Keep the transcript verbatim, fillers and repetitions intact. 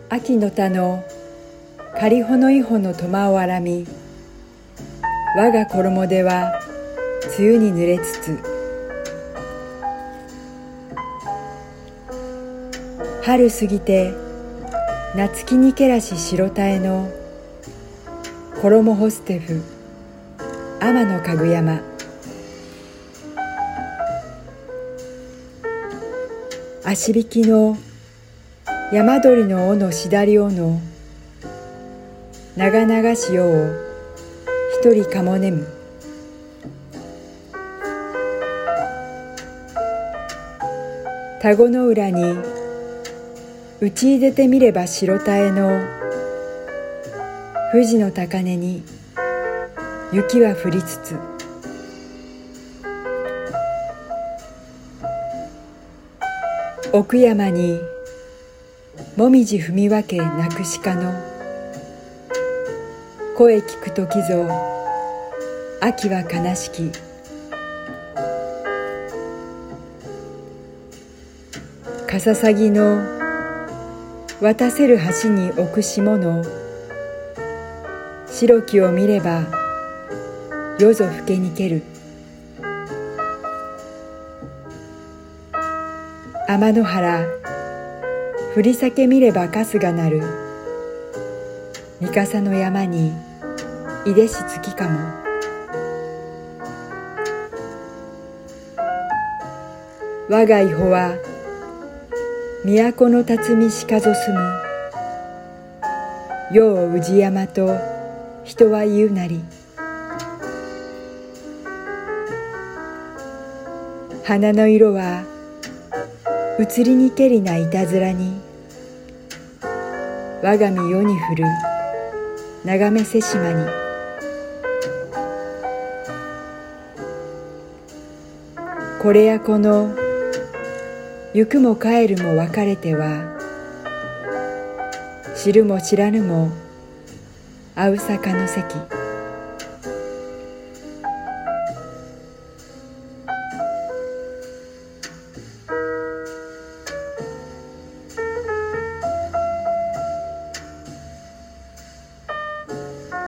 秋の田の仮穂のいほのとまをあらみ、我が衣では梅雨に濡れつつ、春過ぎて夏木にけらし白たえの衣干すてふ天のかぐ山。足引きの山鳥の尾のしだり尾の長々しよう一人かもねむ。田子の浦に打ちいでてみれば白たえの富士の高根に雪は降りつつ、奥山にもみじ踏み分け鳴く鹿の声聞くときぞ秋は悲しき。かささぎの渡せる橋に置く霜の白きを見れば夜ぞ更けにける。天の原降り裂け見れば春日なる。三笠の山にいでし月かも。我が異穂は都の辰巳しかぞ住む。世を宇治山と人は言うなり。花の色は移りにけりないたずらに、我が身世に降る眺めせしまに。これやこの行くも帰るも別れては、知るも知らぬも会う坂の席。